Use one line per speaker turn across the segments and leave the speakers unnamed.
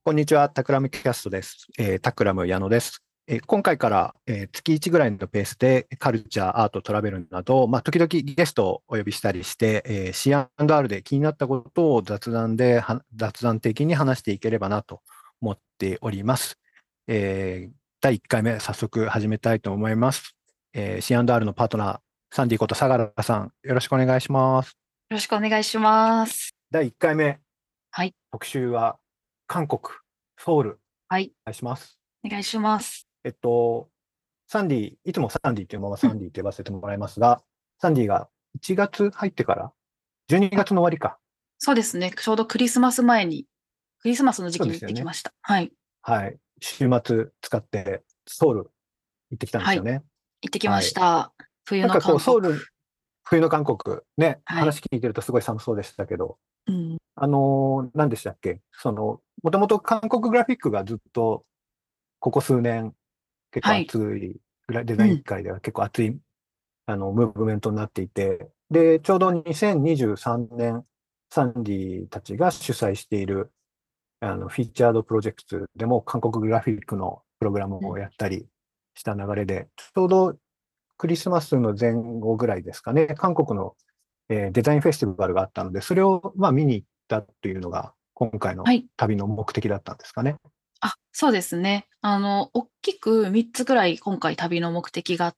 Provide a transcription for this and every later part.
こんにちは、タクラムキャストです。タクラム矢野です。今回から、月1ぐらいのペースでカルチャー、アート、トラベルなど、時々ゲストをお呼びしたりして、C&R で気になったことを雑談的に話していければなと思っております。第1回目、早速始めたいと思います。C&R のパートナー、サンディこと相良さん、よろしくお願いします。
よろしくお願いします。
第1回目、
はい。
特集は韓国、ソウル、
はい。
お願いします。
お願いします。
えっと、サンディ、いつもサンディっていうまま
うん。
サンディって呼ばせてもらいますが、サンディが1月入ってから、12
あ、
月の終わりか。
そうですね。ちょうどクリスマス前に、クリスマスの時期に行っ
そうですよね。
てきました。はい。
はい。週末使ってソウル行ってきたんで
はい。
すよね。
行ってきま
はい。
した。冬の
なんかこう、
韓国。
冬の韓国、ね、
はい。
話聞いてるとすごい寒そうでしたけど、
うん。
何でしたっけもともと韓国グラフィックがずっと、ここ数年、結構
はい。
熱い、デザイン
うん。
界では結構熱いムーブメントになっていて、で、ちょうど2023年、サンディたちが主催している、フィーチャードプロジェクトでも韓国グラフィックのプログラム
うん。
をやったりした流れで、ちょうどクリスマスの前後ぐらいですかね、韓国の、デザインフェスティバルがあったので、それを見に行ったというのが今回の
はい。
旅の目的だったんですかね。
あ、そうですね。大きく3つくらい今回旅の目的があって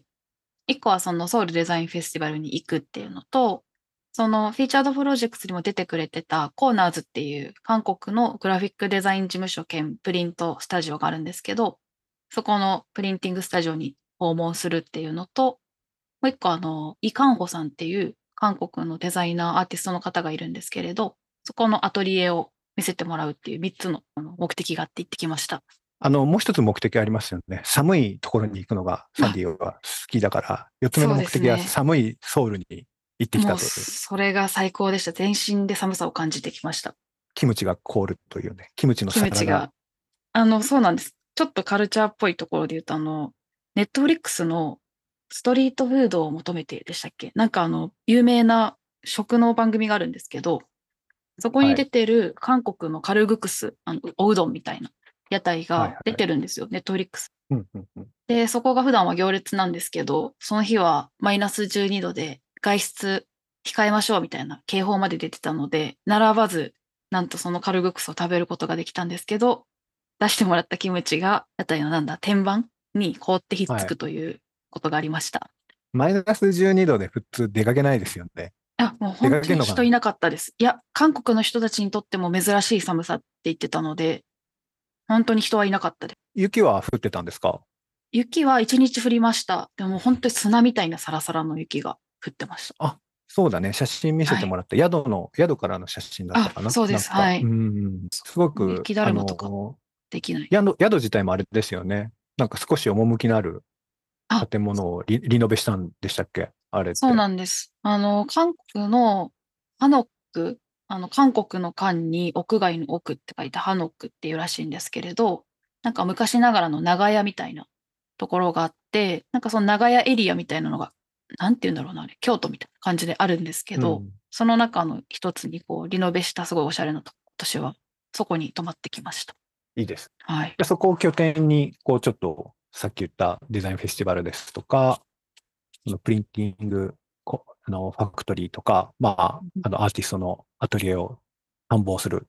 、1個はそのソウルデザインフェスティバルに行くっていうのと、そのフィーチャードプロジェクトにも出てくれてたコーナーズっていう韓国のグラフィックデザイン事務所兼プリントスタジオがあるんですけど、そこのプリンティングスタジオに訪問するっていうのと、もう一個イ・カンホさんっていう韓国のデザイナー、アーティストの方がいるんですけれど、そこのアトリエを見せてもらうっていう3つの目的があって行ってきました。
もう一つ目的ありますよね。寒いところに行くのがサン
あ、
ディは好きだから、四つ目
そうで
の目的は
すね。
寒いソウルに行ってき
もう
たという。
それが最高でした。全身で寒さを感じてきました。
キムチが凍るというね。キムチの
キム
皿が。
チが。そうなんです。ちょっとカルチャーっぽいところで言うと、ネットフリックスのストリートフードを求めてでしたっけ？なんか有名な食の番組があるんですけど、そこに出
はい。
てる韓国のカルグクス、おうどんみたいな屋台が出
はいはい。
てるんですよ、ネットフリックス。
うんうんうん。
で、そこが普段は行列なんですけど、その日はマイナス12度で外出控えましょうみたいな警報まで出てたので、並ばず、なんとそのカルグクスを食べることができたんですけど、出してもらったキムチが、屋台の天板に凍ってひっつ
はい。
くということがありました。
マイナス12度で普通出かけないですよね。
あ、もう
出
本当
かけるのかな。
に人いなかったです。いや、韓国の人たちにとっても珍しい寒さって言ってたので、本当に人はいなかったです。
雪は降ってたんですか？
雪は一日降りました。でも本当に砂みたいなサラサラの雪が降ってました。
あ、そうだね。写真見せ
はい。
てもらった。宿からの写真だった
あ、
かな。
そうです。
なんか、
はい。
すごく、
雪だるまとかできない。
宿自体もあれですよね。なんか少し趣のある
あ、
建物をリノベしたんでしたっけあれっ
そう
て。
なんです。韓国のハノック、韓国の韓に屋外の屋って書いてハノックっていうらしいんですけれど、なんか昔ながらの長屋みたいなところがあって、なんかその長屋エリアみたいなのが、なんて言うんだろうな、あれ、京都みたいな感じであるんですけど、
うん。
その中の一つにこう、リノベしたすごいおしゃれなとこ、私はそこに泊まってきました。
いいです。
はい。
で、そこを拠点に、こう、ちょっと、さっき言ったデザインフェスティバルですとか、プリンティング、ファクトリーとか、アーティストのアトリエを探訪する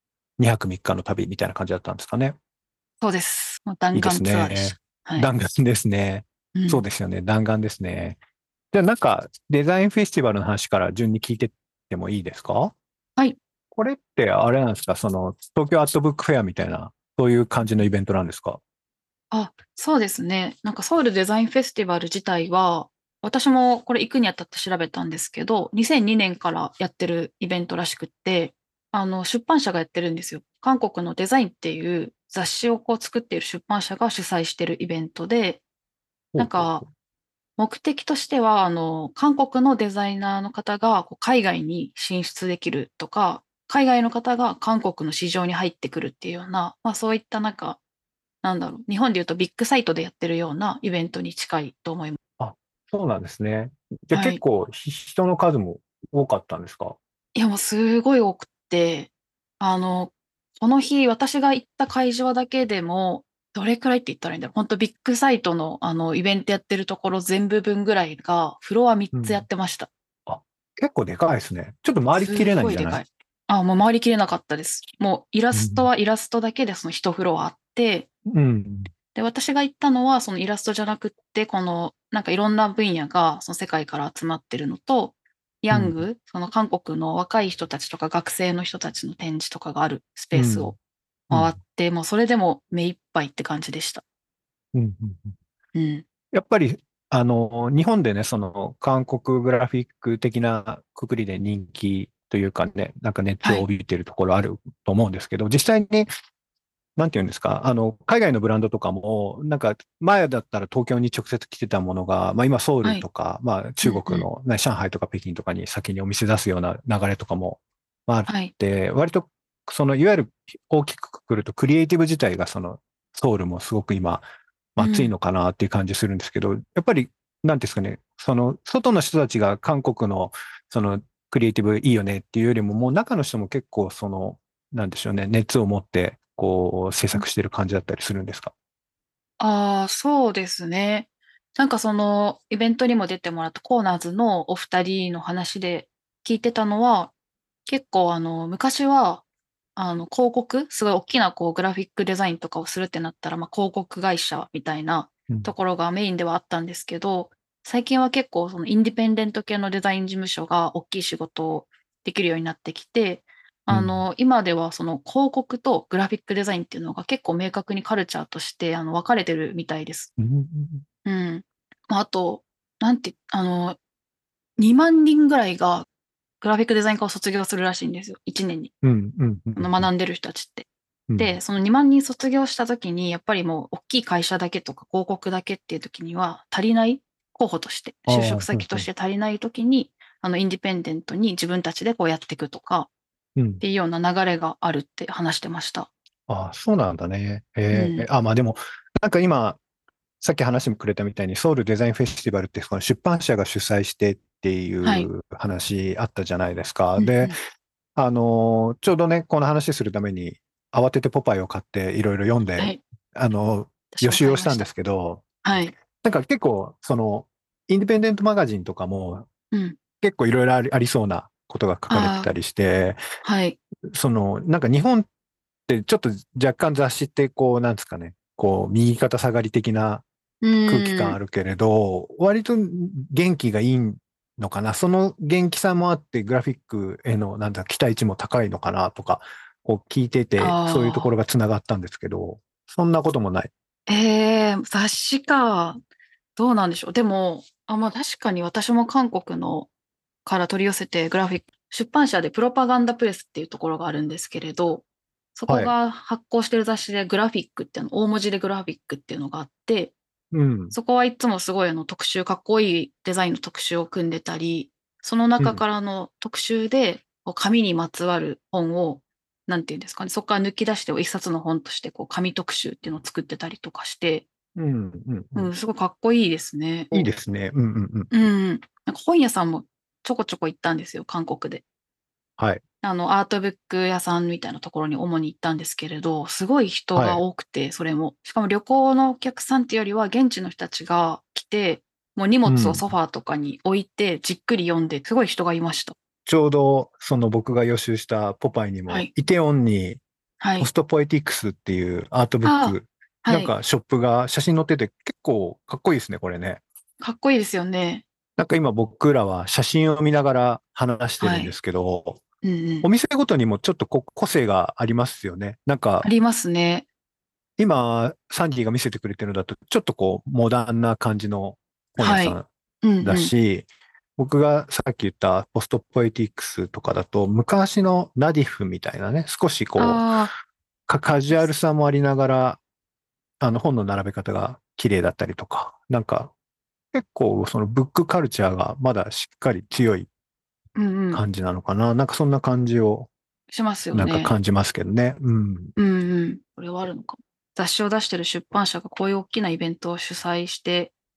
2泊3日の旅みたいな感じだったんですかね。
そうです。もう弾丸
いいです
ツアーでした。
ね。
はい。
弾丸ですね。
うん。
そうですよね。弾丸ですね。じゃあなんか、デザインフェスティバルの話から順に聞いてってもいいですか？
はい。
これってあれなんですか？東京アートブックフェアみたいな、そういう感じのイベントなんですか？
あ、そうですね。なんかソウルデザインフェスティバル自体は、私もこれ行くにあたって調べたんですけど、2002年からやってるイベントらしくって、出版社がやってるんですよ。韓国のデザインっていう雑誌をこう作っている出版社が主催してるイベントで、なんか
ほうほうほ
目的としては、韓国のデザイナーの方がこう海外に進出できるとか、海外の方が韓国の市場に入ってくるっていうような、そういった日本で言うとビッグサイトでやってるようなイベントに近いと思います。
あ、そうなんですね。じゃあ
はい。
結構人の数も多かったんですか？
いや、もうすごい多くって、 この日、私が行った会場だけでも、どれくらいって言ったらいいんだろう。本当ビッグサイトのイベントやってるところ全部分ぐらいが、フロア3つやっ
うん。
てました。
あ、結構でかいですね。ちょっと回りきれ
す
ないんじゃない？
ごいでかい。あ、もう回りきれなかったです。もうイラ
うん。
ストはイラストだけでその1フロアあって、
うん。
で、私が行ったのはそのイラストじゃなくって、このなんかいろんな分野がその世界から集まってるのと、
うん。
ヤング、その韓国の若い人たちとか学生の人たちの展示とかがあるス
うん。
ペースを
うん。
回って、もうそれでも目いっぱいって感じでした。
うん。
うん。
やっぱり、日本でね、その、韓国グラフィック的なくくりで人気というかね、なんか熱
はい。
を帯びているところあると思うんですけど、実際に、なんていうんですか、海外のブランドとかも、なんか、前だったら東京に直接来てたものが、まあ今ソウ
はい。
ルとか、まあ中
うんうん。
国の、ね、上海とか北京とかに先にお店出すような流れとかも、まああっ
はい。
て、割と、その、いわゆる大きくくくると、クリエイティブ自体がその、ソウルもすごく今、まあ、熱い
うん。
のかなっていう感じするんですけど、やっぱり、なんですかね、その、外の人たちが韓国の、その、クリエイティブいいよねっていうよりも、もう中の人も結構、その、なんでしょうね、熱を持って、こう、制作してる感じだったりするんですか？
ああ、そうですね。なんかそのイベントにも出てもらったコーナーズのお二人の話で聞いてたのは、結構昔は、広告、すごい大きなこうグラフィックデザインとかをするってなったら、まあ、広告会社みたいな
うん。
ところがメインではあったんですけど、最近は結構そのインディペンデント系のデザイン事務所が大きい仕事をできるようになってきて、
うん。
今ではその広告とグラフィックデザインっていうのが結構明確にカルチャーとして分かれてるみたいです。
うん。
うん。まあ、あと、なんて、2万人ぐらいがグラフィックデザイン科を卒業するらしいんですよ、1年に。
うん。うん。うん。
学んでる人たちって。
うん。
で、その2万人卒業した時に、やっぱりもう大きい会社だけとか広告だけっていう時には足りない候補として、
ああ、
就職先とし
ほうほ
て足りない時に、インディペンデントに自分たちでこうやっていくとか
う。うん。
っていうような流れがあるって話してました。
ああ、そうなんだね。
うん。
まあでも、なんか今、さっき話もくれたみたいに、ソウルデザインフェスティバルって、その出版社が主催してってい
はい。
う話あったじゃないですか。で、
うんうん。
ちょうどね、この話するために、慌ててポパイを買っていろいろ読んで、
はい。私も
予習
買いました。
をしたんですけど、
はい。
なんか結構、その、インディペンデントマガジンとかも
うん。
結構いろいろありそうなことが書かれて
ああ、
たりして、
はい。
その、なんか日本ってちょっと若干雑誌ってこう、なんですかね、こう、右肩下がり的な
う
空気感
ーん。
あるけれど、割と元気がいいのかな。その元気さもあって、グラフィックへの、なんだ、期待値も高いのかなとか、こう聞いてて、そういうところ
ああ。
がつながったんですけど、そんなこともない。
雑誌か。どうなんでしょう。でも、まあ確かに私も韓国のから取り寄せてグラフィック、出版社でプロパガンダプレスっていうところがあるんですけれど、そこ
はい。
が発行してる雑誌でグラフィックって大文字でグラフィックっていうのがあって、
うん。
そこはいつもすごい特集、かっこいいデザインの特集を組んでたり、その中
うん。
からの特集で、こう紙にまつわる本を、なんていうんですかね、そこから抜き出して一冊の本としてこう紙特集っていうのを作ってたりとかして、
うん。うん。うん。
うん、すごいかっこいいですね。
いいですね。うん。うん。うん。
うん。なんか本屋さんもちょこちょこ行ったんですよ、韓国で。
はい。
アートブック屋さんみたいなところに主に行ったんですけれど、すごい人が
はい。
多くて、それも。しかも旅行のお客さんっていうよりは、現地の人たちが来て、もう荷物を
うん。
ソファーとかに置いて、じっくり読んで、すごい人がいました。
ちょうど、その僕が予習したポパイにも、
はい。
イテオンに
はい。
ポストポエティクスっていうアートブッ
あ
ク、
あ、はい。
なんかショップが写真載ってて結構かっこいいですね、これね。
かっこいいですよね。
なんか今僕らは写真を見ながら話してる
はい。
んですけど、
うんうん。
お店ごとにもちょっと個性がありますよね。なんか
ありますね。
今、サンディが見せてくれてるのだと、ちょっとこう、モダンな感じの本屋
はい。
さんだ
うんうん。
し、僕がさっき言ったポストポエティクスとかだと、昔のナディフみたいなね、少しこう、
ああ、
カジュアルさもありながら、本の並べ方が綺麗だったりとか、なんか、結構そのブックカルチャーがまだしっかり強い
うんうん。
感じなのかな。なんかそんな感じを
しますよ
なんか
ね。
感じますけどね。うん。
うんうん。これはあるのかも。雑誌を出してる出版社がこういう大きなイベントを主催して、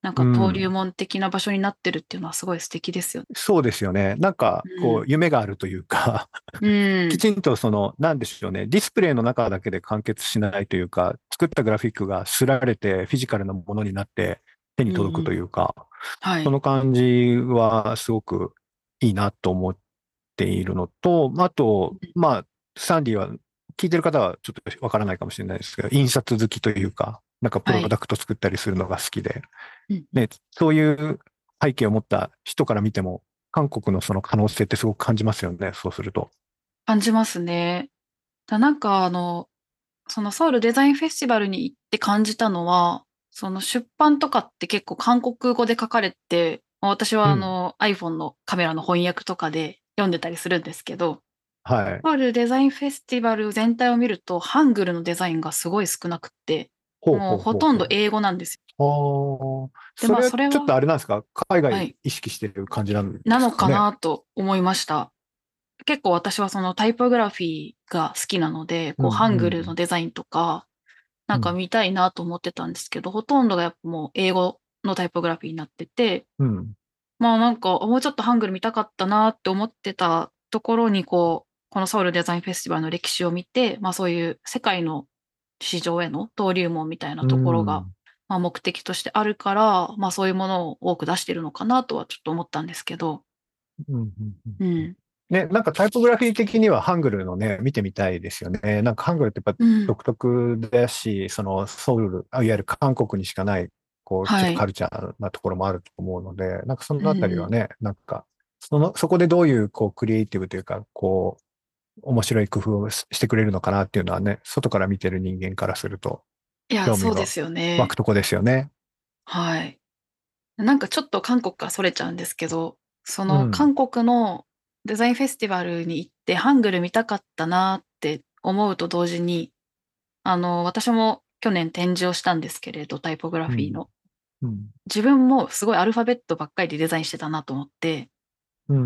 なん
う
か登竜
ん。
門的な場所になってるっていうのはすごい素敵ですよね。
そうですよね。なんか、こう、
うん。
夢があるというか、
う
き
ん。
ちんとなんでしょうね、ディスプレイの中だけで完結しないというか、作ったグラフィックがすられてフィジカルなものになって手に
うんう
届くと
ん。
いうか、そ
はい。
の感じはすごくいいなと思っているのと、あと、まあ、サンディは、聞いてる方はちょっとわからないかもしれないですけど、印刷好きというか、なんかプ
はい。
ロダクト作ったりするのが好きで、
うんうん。
ね、そういう背景を持った人から見ても、韓国のその可能性ってすごく感じますよね、そうすると。
感じますね。なんかそのソウルデザインフェスティバルに行って感じたのは、その出版とかって結構韓国語で書かれて、私は
うん。
iPhone のカメラの翻訳とかで読んでたりするんですけど、
はい。
ソウルデザインフェスティバル全体を見ると、ハングルのデザインがすごい少なくって、
ほうほう
もうほ
ほうほ
とんど英語なんですよ。
う。
で、
それは
それは、
ちょっとあれなんですか？海外
はい、
意識してる感じなんで
なのか
すかね。
なと思いました。結構私はそのタイポグラフィーが好きなので、
うん、
こうハングルの
うん、
デザインとか、なんか
うん、
見たいなと思ってたんですけど、ほとんどがやっぱもう英語のタイポグラフィーになってて、
うん、
まあなんかもうちょっとハングル見たかったなって思ってたところに、このソウルデザインフェスティバルの歴史を見て、まあそういう世界の市場への登竜門みたいな
う
ところが、
ん、
まあ目的としてあるから、まあそういうものを多く出してるのかなとはちょっと思ったんですけど、
うん、うん。
うん。
ね、なんかタイポグラフィー的にはハングルのね、見てみたいですよね。なんかハングルってやっぱ
うん。
独特だし、そのソウル、いわゆる韓国にしかない、こう、ちょっ
はい。
とカルチャーなところもあると思うので、なんかそ
うん
のあたり
うん。
はね、なんか、そこでどういう、こう、クリエイティブというか、こう、面白い工夫をしてくれるのかなっていうのはね、外から見てる人間からすると、
いや、
興味が
そうですよね。
湧くとこですよね。
はい。なんかちょっと韓国からそれちゃうんですけど、そ
うん。
の韓国のデザインフェスティバルに行ってハングル見たかったなって思うと同時に、私も去年展示をしたんですけれど、タイポグラ
うん。
フィーの。
うん。
自分もすごいアルファベットばっかりでデザインしてたなと思って、
うん。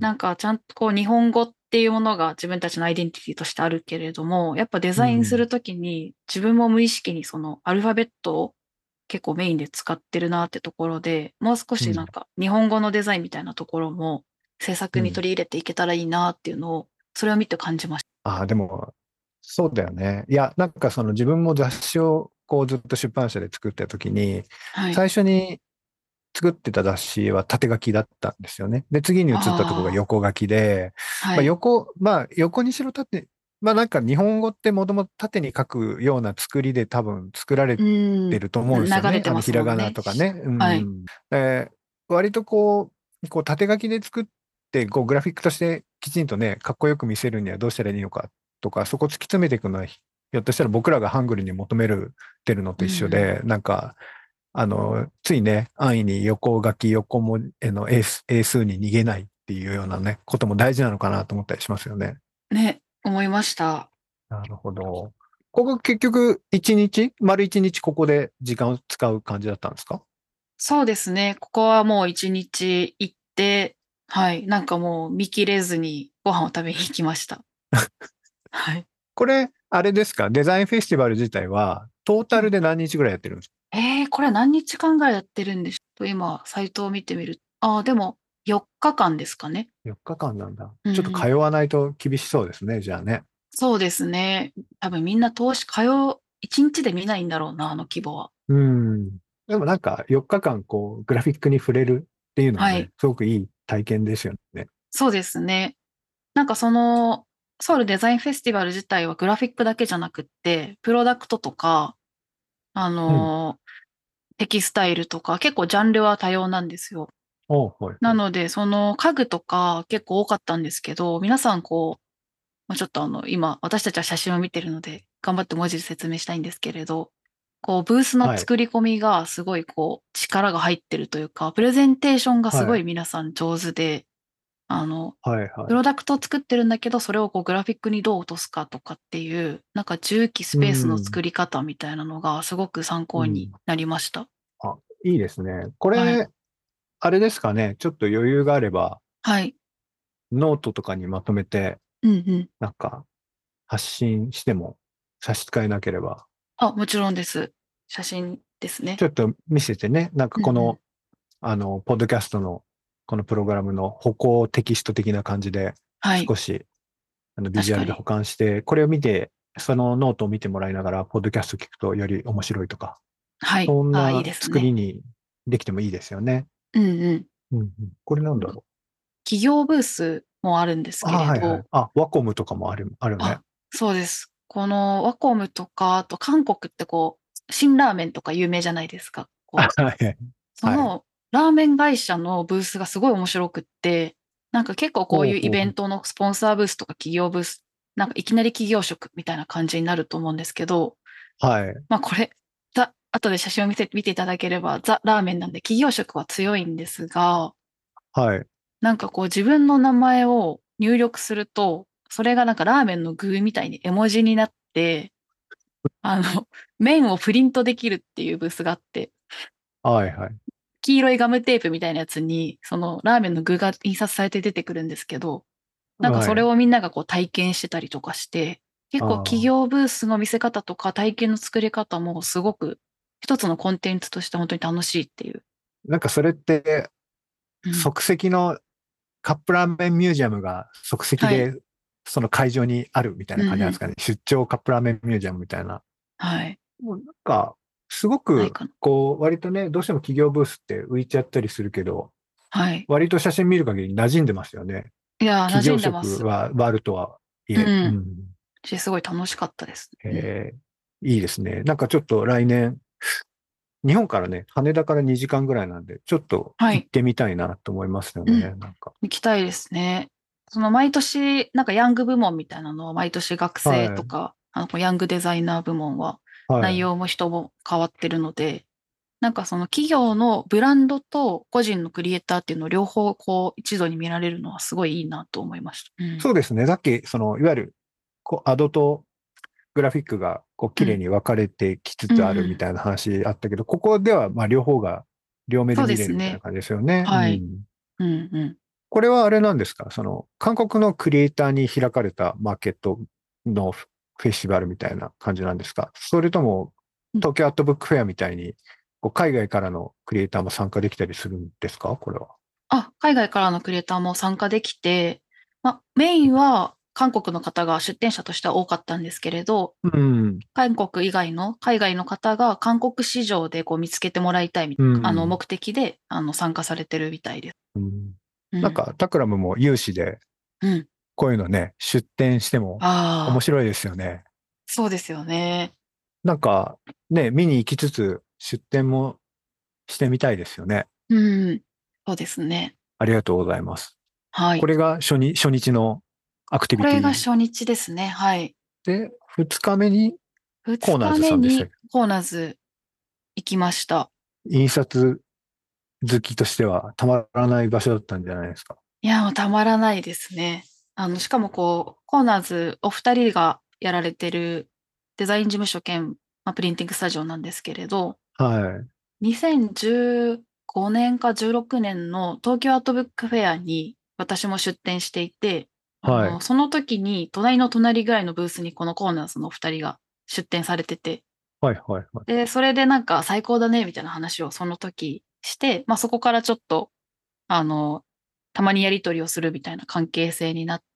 なんかちゃんとこう日本語っていうものが自分たちのアイデンティティとしてあるけれども、やっぱデザインす
うん。
るときに自分も無意識にそのアルファベットを結構メインで使ってるなってところで、もう少
うん。
しなんか日本語のデザインみたいなところも制作に
うん。
取り入れていけたらいいなっていうのを、それを見て感じまし
ああ、でも、そうだよね。いや、なんかその自分も雑誌をこうずっと出版社で作った時に、
た。はい。
最初に作ってた雑誌は縦書きだったんですよね。で、次に移ったところが
あ
横書きで、
あ、はい。
まあ横にしろ縦、まあなんか日本語ってもともと縦に書くような作りで多分作られ
うーん、
てると思うんですよね。
流れてま
ひらがな
すもんね。
とかね。う
はい。
ん。割とこう縦書きで作って、こうグラフィックとしてきちんとね、かっこよく見せるにはどうしたらいいのかとか、そこ突き詰めていくのは、ひょっとしたら僕らがハングルに求めてるのと
うんうん。
一緒で、なんか、ついね、安易に横書き、横も、英数に逃げないっていうようなね、ことも大事なのかなと思ったりしますよね。
ね、思いました。
なるほど。ここ結局、一日、丸一日ここで時間を使う感じだったんですか？
そうですね。ここはもう1日行って、はい、なんかもう見切れずにご飯を食べに行きました。はい。
これ、あれですか？デザインフェスティバル自体は、トータルで何日ぐらいやってるんですか？
これ何日間ぐらいやってるんでしょうと、今サイトを見てみるああ、でも4日間ですかね。
4日間なんだ。ちょっと通
うん。
わないと厳しそうですね、じゃあね。
そうですね。多分みんな1日で見ないんだろうな、あの規模は。
うん。でもなんか4日間こう、グラフィックに触れるっていうのはね、
はい。
すごくいい体験ですよね。
そうですね。なんかその、ソウルデザインフェスティバル自体はグラフィックだけじゃなくって、プロダクトとか、あ
うん。
の、テキスタイルとか、結構ジャンルは多様なんですよ。
おう、はいはい。
なので、その家具とか結構多かったんですけど、皆さんまあ、ちょっと今、私たちは写真を見てるので、頑張って文字で説明したいんですけれど、ブースの
はい。
作り込みがすごい力が入ってるというか、プレゼンテーションがすごい
はい。
皆さん上手で、あの、
はいはい。
プロダクトを作ってるんだけど、それをグラフィックにどう落とすかとかっていう、なんか重機ス
う
ペースの
ん。
作り方みたいなのがすごく参考に
うん。
なりました。
あ、いいですね。こ
はい。
れ、あれですかね。ちょっと余裕があれば、
はい。
ノートとかにまとめて、
うんうん。
なんか、発信しても差し支えなければ。
あ、もちろんです。写真ですね。
ちょっと見せてね、なんか
うんうん。
ポッドキャストのこのプログラムの歩行テキスト的な感じで
はい。
少しビジ
確かに。
ュアルで保管して、これを見て、そのノートを見てもらいながら、ポッドキャスト聞くとより面白いとか、
はい。
そん
ああ、いい
な
ですね。
作りにできてもいいですよね。
うんうん。
うんうん、これなんだろう。
企業ブースもあるんですけれ
はいはい。
ど、
ワコムとかもあるね。
あ、そうです。このワコムとか、あと韓国ってこう、辛ラーメンとか有名じゃないですか。こう、
はい。はい。
そのラーメン会社のブースがすごい面白くって、なんか結構こういうイ
ほうほうほう。
ベントのスポンサーブースとか企業ブース、なんかいきなり企業食みたいな感じになると思うんですけど、
はい。
まあこれ、後で写真を見ていただければ、ザ・ラーメンなんで企業食は強いんですが、
はい。
なんかこう自分の名前を入力すると、それがなんかラーメンの具みたいに絵文字になって、あの、麺をプリントできるっていうブースがあって、
はいはい。
黄色いガムテープみたいなやつに、そのラーメンの具が印刷されて出てくるんですけど、なんかそれ
はい。
をみんながこう体験してたりとかして、結構企
ああ。
業ブースの見せ方とか体験の作り方もすごく一つのコンテンツとして本当に楽しいっていう。
なんかそれって、
うん。
即席のカップラーメンミュージアムが即席
はい。
でその会場にあるみたいな
うんうん。
感じなんですかね。出張カップラーメンミュージアムみたいな。
はい。
もうなんか、すごく、
ないかな。
割とね、どうしても企業ブースって浮いちゃったりするけど、
はい。
割と写真見る限り馴染んでますよね。
いやー、馴
企業
染んでます。
色はあるとはい
う
え。う
ん。
ん。
すごい楽しかったです。うん。
えいいですね。なんかちょっと来年、日本からね、羽田から2時間ぐらいなんで、ちょっと
はい。
行ってみたいなと思いますよ
うん。
ね。なんか。
行きたいですね。その毎年、なんかヤング部門みたいなのを毎年学生
はい。
とか、こうヤングデザイナー部門は内
はい。
容も人も変わってるので、なんかその企業のブランドと個人のクリエイターっていうのを両方こう一度に見られるのはすごいいいなと思いました。うん。
そうですね。さっき、いわゆる、アドとグラフィックが、綺麗
うん。
に分かれてきつ
うん
つあ
うん。
るみたいな話あったけど、ここでは、まあ、両方が両目
そうで
で見れ
すね。
るみたいな感じですよね。う
はい。
ん。
うんうん。
これはあれなんですか？韓国のクリエイターに開かれたマーケットのフェスティバルみたいな感じなんですか？それとも、東京アートブックフェアみたいに、海外からのクリエイターも参加できたりするんですか？これは。
海外からのクリエイターも参加できて、メインは韓国の方が出展者としては多かったんですけれど、
うん。
韓国以外の海外の方が韓国市場でこう見つけてもらいたい
うん。
目的で参加されてるみたいです。
うん。
うん。
なんか、タクラムも有志で、
うん。
こういうのね、出展しても面
ああ、
白いですよね。
そうですよね。
なんか、ね、見に行きつつ出展もしてみたいですよね。
うん。そうですね。
ありがとうございます。
はい。
これが初日のアクティ
これが
ビティ
初日ですね。はい。
で、2日目にコー
2
ナーズ
日目に
さんでしたっけ？
コーナーズ行きました。
印刷好きとしてはたまらない場所だったんじゃないですか。
いや、もうたまらないですね。しかもこう、コーナーズお二人がやられてるデザイン事務所兼、プリンティングスタジオなんですけれど、
はい。
2015年か16年の東京アートブックフェアに私も出展していて、
はい。
その時に隣の隣ぐらいのブースにこのコーナーズのお二人が出展されてて、
はい。はい。はい。
で、それでなんか最高だねみたいな話をその時して、そこからちょっとあの、たまにやり取りをするみたいな関係性になって、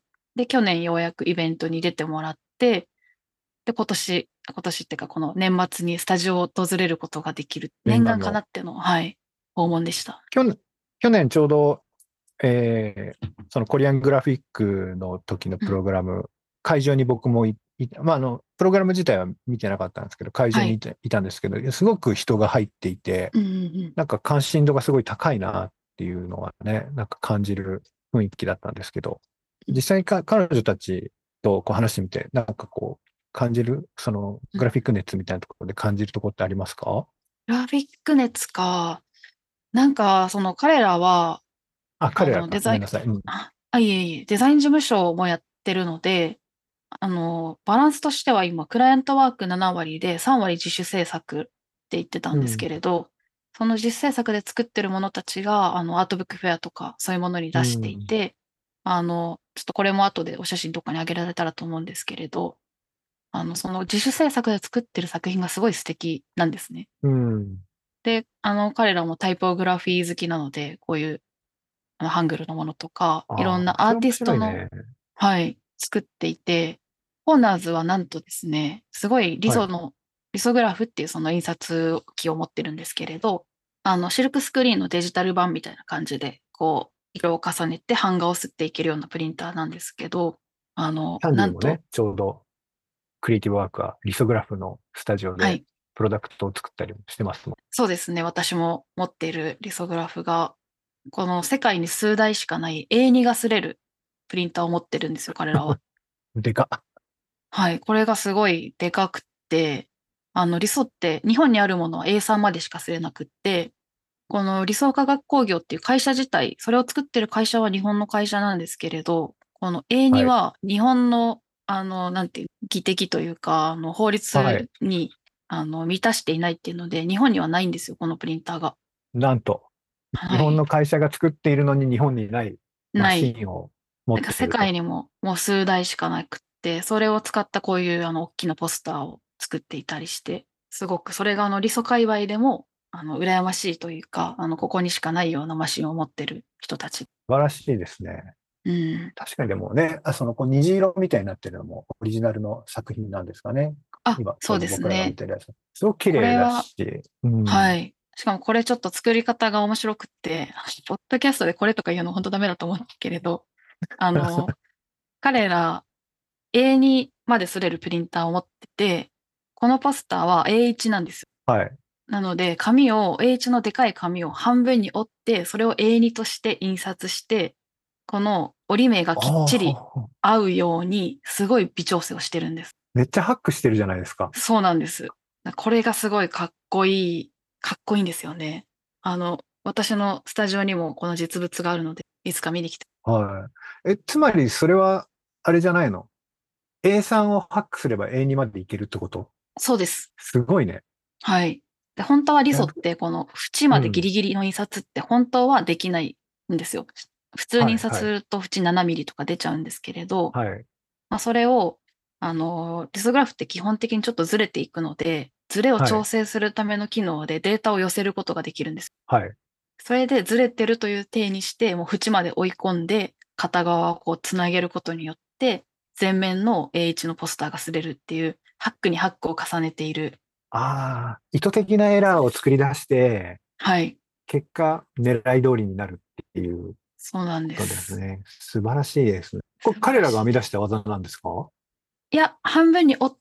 で、去年ようやくイベントに出てもらって、で、今年っていうかこの年末にスタジオを訪れることができる、念願かな
念願の。
っての、はい、訪問でした。
去年ちょうど、そのコリアングラフィックの時のプ
うん。
ログラム、会場に僕もまあ、プログラム自体は見てなかったんですけど、会場
はい。
にいたんですけど、すごく人が入っていて、
うんうんうん。
なんか関心度がすごい高いなっていうのはね、なんか感じる雰囲気だったんですけど、実際に彼女たちと話してみて、なんか感じる、その
うん。
グラフィック熱みたいなところで感じるところってありますか？
グラフィック熱か。なんか、その彼らは、
あ、彼らか。
デザイン、
ごめんなさい。うん。
いえいえ、デザイン事務所もやってるので、バランスとしては今、クライアントワーク7割で3割自主制作って言ってたんです
うん。
けれど、その自主制作で作ってるものたちが、アートブックフェアとかそういうものに
う
出してい
ん。
て、ちょっとこれも後でお写真とかに上げられたらと思うんですけれど、 その自主制作で作ってる作品がすごい素敵なんですね。
うん。
で、彼らもタイポグラフィー好きなので、こういうハングルのものとか、いろ
ああ、
んなアーテ
それ面
ィストの、
白いね。
はい、作っていて、コーナーズはなんとですね、すごい
はい。
リソグラフっていうその印刷機を持ってるんですけれど、シルクスクリーンのデジタル版みたいな感じで、こう、色を重ねて版画を刷っていけるようなプリンターなんですけど、
キャンデ
なんと、
ィーもね、ちょうどクリエイティブワークはリソグラフのスタジオで
はい、
プロダクトを作ったりもしてますも
そうですね、私も持っているリソグラフが、この世界に数台しかない A2 が刷れるプリンターを持ってるんですよ、彼らは。
ん。でかっ。
はい、これがすごいでかくって、理想って日本にあるものは A3 までしか刷れなくって、この理想化学工業っていう会社自体、それを作ってる会社は日本の会社なんですけれど、この A2
はい。
は日本の、なんていう、技的というか、法
はい。
律に、満たしていないっていうので、日本にはないんですよ、このプリンターが。
なんと、日
はい。
本の会社が作っているのに日本にないマ
ない。
シンを持っ
なんか世界
ていると。
にももう数台しかなくって、それを使ったこういう大きなポスターを作っていたりして、すごくそれがリソ界隈でも、羨ましいというか、ここにしかないようなマシンを持ってる人たち。
素晴らしいですね。
うん。
確かにでもね、こう虹色みたいになってるのもオリジナルの作品なんですかね。
あ、
今、ち
そうで
ょうど僕らが見
すね。
てるやつ。すごく綺
こ
麗だ
れは、
し、うん。
はい。しかもこれちょっと作り方が面白くって、ポッドキャストでこれとか言うの本当ダメだと思うんですけれど、あの、彼ら A2 まで刷れるプリンターを持ってて、このポスターは A1 なんですよ。
はい。
なので、A1 のでかい紙を半分に折って、それを A2 として印刷して、この折り目が
あ
きっちり
あ、
合うように、すごい微調整をしてるんです。
めっちゃハックしてるじゃないですか。
そうなんです。これがすごいかっこいいんですよね。私のスタジオにもこの実物があるので、いつか見に来て。
はい。つまりそれは、あれじゃないの？ A3 をハックすれば A2 までいけるってこと？
そうです。
すごいね。
はい。で、本当はリ
いや、
ソってこの縁までギ
うん。
リギリの印刷って本当はできないんですよ。普通に印
はい、はい、
刷すると縁7ミリとか出ちゃうんですけれど、
はい。
まあ、それを、リソグラフって基本的にちょっとずれていくので、ずれを
はい、
調整するための機能でデータを寄せることができるんです。
はい。
それでずれてるという体にして、もう縁まで追い込んで、片側をこうつなげることによって、前面の A1 のポスターが擦れるっていう、ハックにハックを重ねている。
ああ、意図的なエラーを作り出して、
はい。
結果、狙い通りになるっていう
そうなん
ことです
です。
ね。素晴らしいですね。これ、
素晴
彼らが編み
らしい。
出した技なんですか？
いや、半分に折って、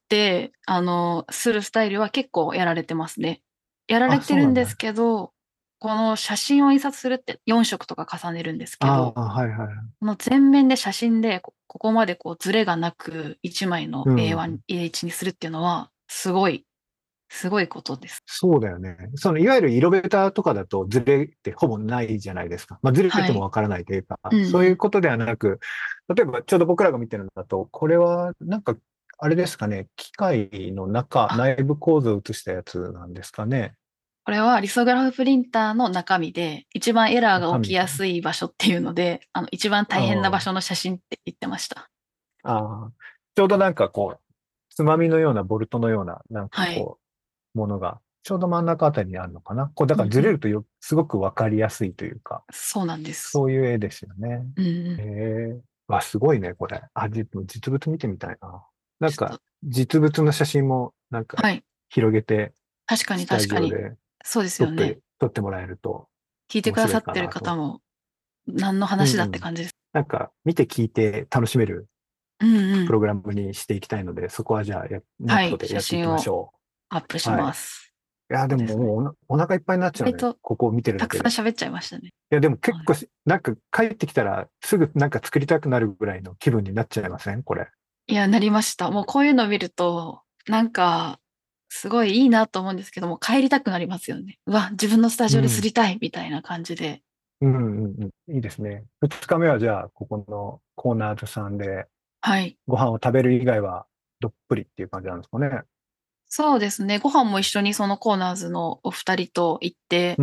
するスタイルは結構やられてますね。やられ
あ、
て
そうなんだ。
るんですけど、この写真を印刷するって4色とか重ねるんですけど、
ああ、はい、はい。
この全面で写真でここまでこうズレがなく1枚の
うん。
A1、A1 にするっていうのは、すごいことです。
そうだよね。いわゆる色ベタとかだとズレってほぼないじゃないですか。まあ、ズレ
はい。
てもわからないというか、
うん
そう
うん。
いうことではなく、例えばちょうど僕らが見てるのだと、これはなんか、あれですかね、機械の
あ、
内部構造を映したやつなんですかね。あ、
これはリソグラフプリンターの中身で、一番エラーが起き
中身か。
やすい場所っていうので、一番大変な場所の写真って言ってました。
ああ、ちょうどなんかこう、つまみのようなボルトのような、なんか
はい。
こう、ものが、ちょうど真ん中あたりにあるのかな。こう、だから
うんうん。
ずれるとすごくわかりやすいというか、
そうなんです。
そういう絵ですよね。
うんう
へ
ん。
え。わ、すごいね、これ。実物見てみたいな。なんか、
ちょっと、
実物の写真も、なんか、
はい。
広げて、
確かに
スタ
確かに。
ジオで
そうですよね。
撮ってもらえると
聞いてくだ
面白い
さってる
かなと。
方も、何の話だって
うん。
感じです。
なんか、見て聞いて楽しめる
うんうん。
プログラムにしていきたいので、そこはじゃあノート
はい。写
でやっていき
真を
ましょ
アップし
う。はい。い
ます。
や、でも
そうですね。
もうお腹いっぱいになっちゃうね。
意外と
ここを見てる
た
だけで。
くさん喋っちゃいましたね。
いや、でも結
はい。
構なんか帰ってきたらすぐなんか作りたくなるぐらいの気分になっちゃいませんこれ？
いや、なりました。もうこういうのを見ると、なんか、すごいいいなと思うんですけども、帰りたくなりますよね。うわ、自分のスタジオです
うん。
りたいみたいな感じで。
うんうんうん。いいですね。二日目はじゃあ、ここのコーナーズさんで
はい。
ご飯を食べる以外はどっぷりっていう感じなんですかね？
そうですね。ご飯も一緒にそのコーナーズのお二人と行って、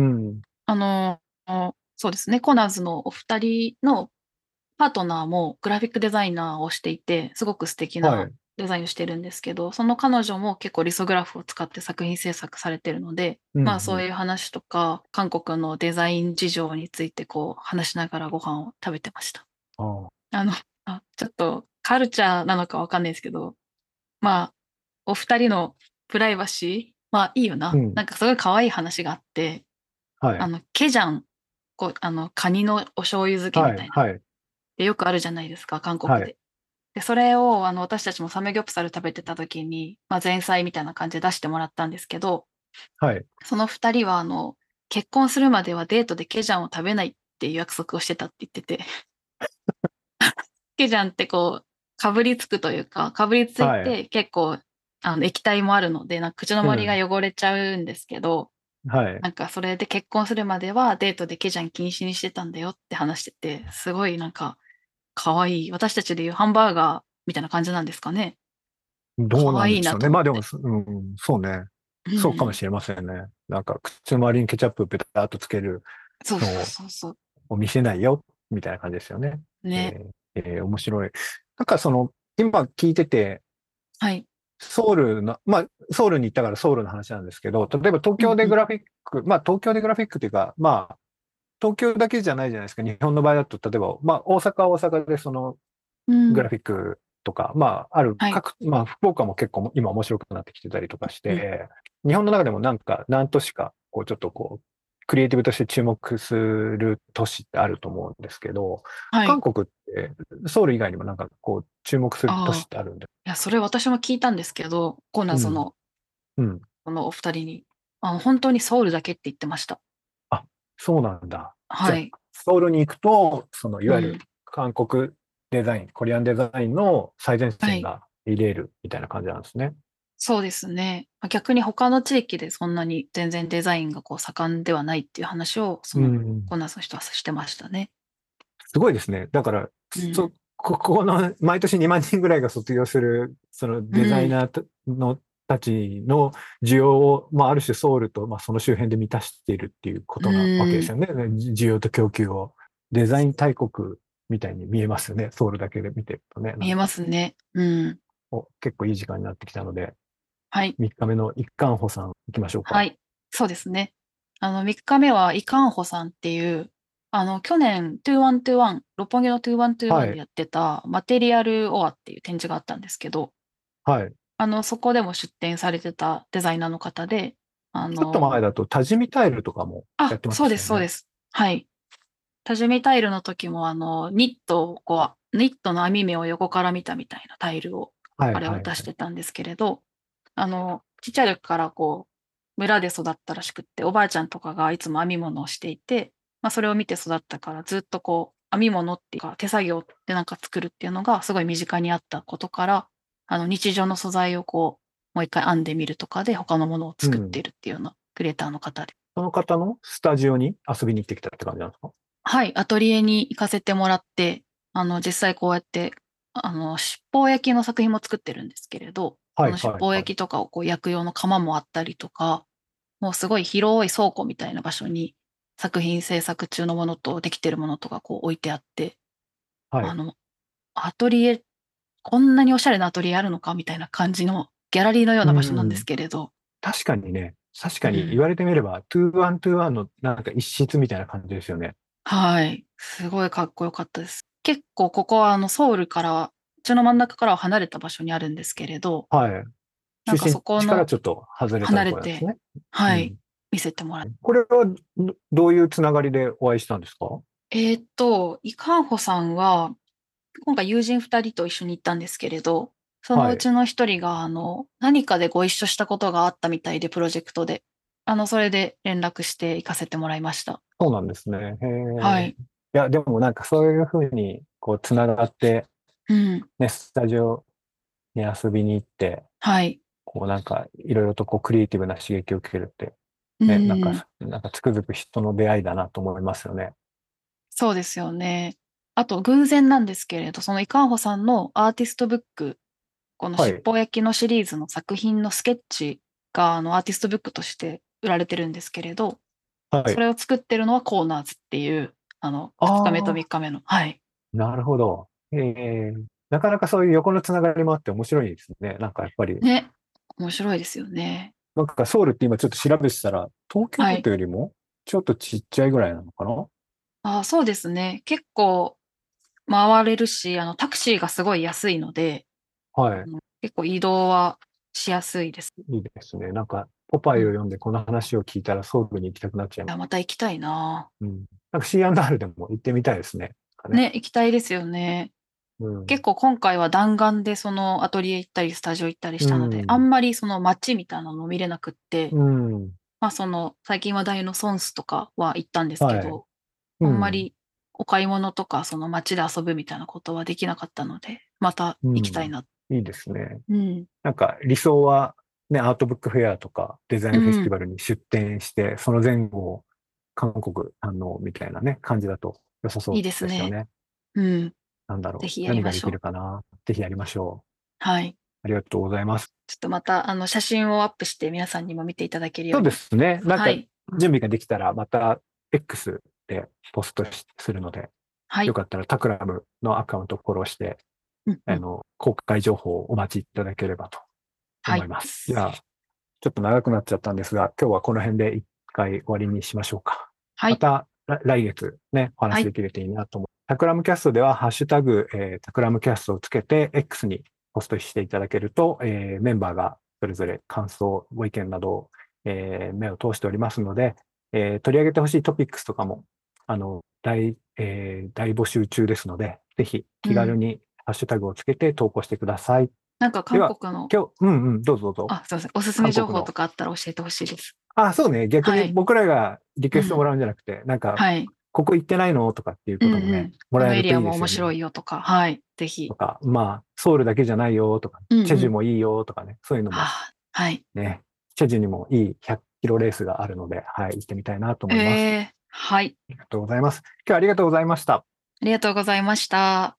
うん。
あの、そうですね。コーナーズのお二人のパートナーもグラフィックデザイナーをしていて、すごく素敵な
はい。
デザインをしてるんですけど、その彼女も結構リソグラフを使って作品制作されてるので、
うん
まあそう
うん。
いう話とか、韓国のデザイン事情についてこう話しながらご飯を食べてました。
ああ、
あの、ちょっとカルチャーなのかわかんないですけど、まあ、お二人のプライバシー、まあいいよな。
うん。
なんかすごい可愛い話があって、
はい。
ケジャン、こう、カニのお醤油漬けみ
はい。
たいな。
はい。
でよくあるじゃないですか、韓
はい。
国で。で、それを、私たちもサムギョプサル食べてた時に、まあ前菜みたいな感じで出してもらったんですけど、
はい。
その二人は、結婚するまではデートでケジャンを食べないっていう約束をしてたって言ってて、ケジャンってこう、かぶりつくというか、かぶりつい
はい。
て結構、液体もあるので、なんか口の周りが
うん。
汚れちゃうんですけど、
はい。
なんかそれで結婚するまではデートでケジャン禁止にしてたんだよって話してて、すごいなんか、可愛い。私たちでいうハンバーガーみたいな感じなんですかね。
どう
可愛いな
なんでしょうね。まあでも、
と思って。
うん、そうね。
うん。
そうかもしれませんね。なんか、口周りにケチャップペタッとつける
そうそう
の
そうそう。
を見せないよ、みたいな感じですよね。
ね。
面白い。なんか今聞いてて、
はい。
ソウルの、まあ、ソウルに行ったからソウルの話なんですけど、例えば東
うんうん。
京でグラフィック、まあ、東京でグラフィックというか、まあ、東京だけじゃないじゃないですか。日本の場合だと、例えば、まあ、大阪は大阪で
うん。
グラフィックとか、まあ、ある
はい。
まあ、福岡も結構今面白くなってきてたりとかし
うん。
て、日本の中でもなんか、何都市か、こう、ちょっとこう、クリエイティブとして注目する都市ってあると思うんですけど、
はい。
韓国ってソウル以外にもなんかこう、注目する都市
ああ。
ってあるんで。
いや、それ私も聞いたんですけど、コーナー
うん、うん。
そのお二人に、本当にソウルだけって言ってました。
あ、そうなんだ。じゃあ、
はい。
ソウルに行くと、い
うん。
わゆる韓国デザイン、コリアンデザインの最前
はい。
線が見れるみたいな感じなんですね。
そうですね。逆に他の地域でそんなに全然デザインがこう盛んではないっていう話を、その
うん。
コーナーの人はしてましたね。
すごいですね。だから、
うん。
ここの毎年2万人ぐらいが卒業する、そのデザイ
うん。
ナーのたちの需要を、まあ、ある種ソウルと、まあ、その周辺で満たしているっていうこ
う
となわけで
ん。
すよね。需要と供給を。デザイン大国みたいに見えますよね。ソウルだけで見てるとね。な
見えま
んか、
すね。うん。
結構いい時間になってきたので、
はい。
3日目の一貫補さん行きましょうか。
はい。そうですね。3日目はイカンホさんっていう、去年2121、六本木の2121
はい。
でやってたマテリアルオアっていう展示があったんですけど、
はい。
そこでも出展されてたデザイナーの方で、あ
ちょっと前
の、
だと多治見タイルとかもやってま
そうです、
したよね。
そうです。はい。多治見タイルの時も、ニットの網目を横から見たみたいなタイルを、
はい、
あれを
はい、はい。
出してたんですけれど、ちっちゃい時からこう、村で育ったらしくって、おばあちゃんとかがいつも編み物をしていて、まあ、それを見て育ったから、ずっとこう、編み物っていうか、手作業でなんか作るっていうのがすごい身近にあったことから、日常の素材をこう、もう一回編んでみるとかで、他のものを作ってい
うん。
るっていうようなクリエイターの方で。
その方のスタジオに遊びに行ってきたって感じなんですか？
はい、アトリエに行かせてもらって、実際こうやって、七宝焼きの作品も作ってるんですけれど、
はい、
その七
はい、はい。
宝焼きとかをこう焼く用の窯もあったりとか、もうすごい広い倉庫みたいな場所に作品制作中のものとできてるものとかこう置いてあって、
はい。
あの、アトリエ、こんなにおしゃれなアトリエあるのかみたいな感じのギャラリーのよう
う
な場所なんです
ん。
けれど、
確かにね、確かに言
うん。
われてみれば、2121のなんか一室みたいな感じですよね。
はい。すごいかっこよかったです。結構ここはソウルから、うちの真ん中からは離れた場所にあるんですけれど、
はい。
なんかそ
中心
この
地からちょっと外れたと
離れて、
ころなんですね。う
はい、
ん。
見せてもらっ
これはどういうつながりでお会いしたんですか？
イカンホさんは、今回友人2人と一緒に行ったんですけれど、その
はい。
うちの1人が、何かでご一緒したことがあったみたいで、プロジェクトで。それで連絡して行かせてもらいました。
そうなんですね。へえ。
はい。
いや、でもなんかそういうふうに、こう、つながって、
うん。
ね、スタジオに遊びに行って、
はい。
こうなんかいろいろとこうクリエイティブな刺激を受けるって、
う
ね、
ん。
なんかつくづく人の出会いだなと思いますよね。
そうですよね。あと、偶然なんですけれど、そのイカンホさんのアーティストブック、この
はい。
七宝焼きのシリーズの作品のスケッチが、アーティストブックとして売られてるんですけれど、
はい。
それを作ってるのはコーナーズっていう、2日目と3
ああ、
日目の。はい。
なるほど。ええ。 なかなかそういう横のつながりもあって面白いですね。なんかやっぱり、
ね。面白いですよね。
なんかソウルって今ちょっと調べてたら、東京
はい。
都よりもちょっとちっちゃいぐらいなのかな？
あ、そうですね。結構回れるし、タクシーがすごい安いので、
はい。
結構移動はしやすいです。い
いいですね。なんか、ポパイを
うん。
読んでこの話を聞いたらソウルに行きたくなっちゃいま
や、
す。
また行きたいな。
うん。なんか C&R でも行ってみたいですね。なんかね。
ね、行きたいですよね。
うん。
結構今回は弾丸でそのアトリエ行ったりスタジオ行ったりし
う
たので、あ
ん。
んまりその街みたいなのを見れなくって、
うん。
まあその最近話題のソンスとかは行ったんですけ
はい。
ど、
うん。
あんまりお買い物とかその街で遊ぶみたいなことはできなかったので、また
うん。
行きたいな。
いいですね。
うん。
なんか理想はね、アートブックフェアとかデザインフェスティ
うん。
バルに出展して、その前後を韓国堪能みたいなね、感じだと良さそ
いい
う
ですね。
ですよね。
うん。
なんだろう。
ぜひやり
何がで
ましょう。
きるかな。ぜひやりましょう。
はい。
ありがとうございます。
ちょっとまた写真をアップして皆さんにも見ていただけるよ
そうで
うに。
すね。なんか
はい。
準備ができたらまた X でポストするので、
はい。
よかったらタクラムのアカウントをフォローして、
うんうん。
公開情報をお待ちいただければと
はい。
思います。じゃあ、ちょっと長くなっちゃったんですが、今日はこの辺で一回終わりにしましょうか。
はい。
また来月ね、お
はい。
話できるといいなと思う。タクラムキャストでは、ハッシュタグ、タクラムキャストをつけて X にポストしていただけると、メンバーがそれぞれ感想、ご意見などを、目を通しておりますので、取り上げてほしいトピックスとかも、大募集中ですので、ぜひ
うん。
気軽にハッシュタグをつけて投稿してください。
なんか
では、
韓国の、
今日、うんうん、どうぞどうぞ。
あ、すいません。おすすめ
韓国の
情報とかあったら教えてほしいです。
あ、そうね。逆に
はい。
僕らがリクエストも
うん。
らうんじゃなくて、なんか、
はい。
ここ行ってないのとかっていう
うん
こともね、
うん。このエ
もらえるといい
リアも面
ですよね。
白いよとか、はい。ぜひ。
とか、まあ、ソウルだけじゃないよとか、チェジュ
うんうん。
もいいよとかね、そういうのも
はあ、はい。
ね、チェジュにもいい100キロレースがあるので、はい、行ってみたいなと思います。
はい。
ありがとうございます。今日はありがとうございました。
ありがとうございました。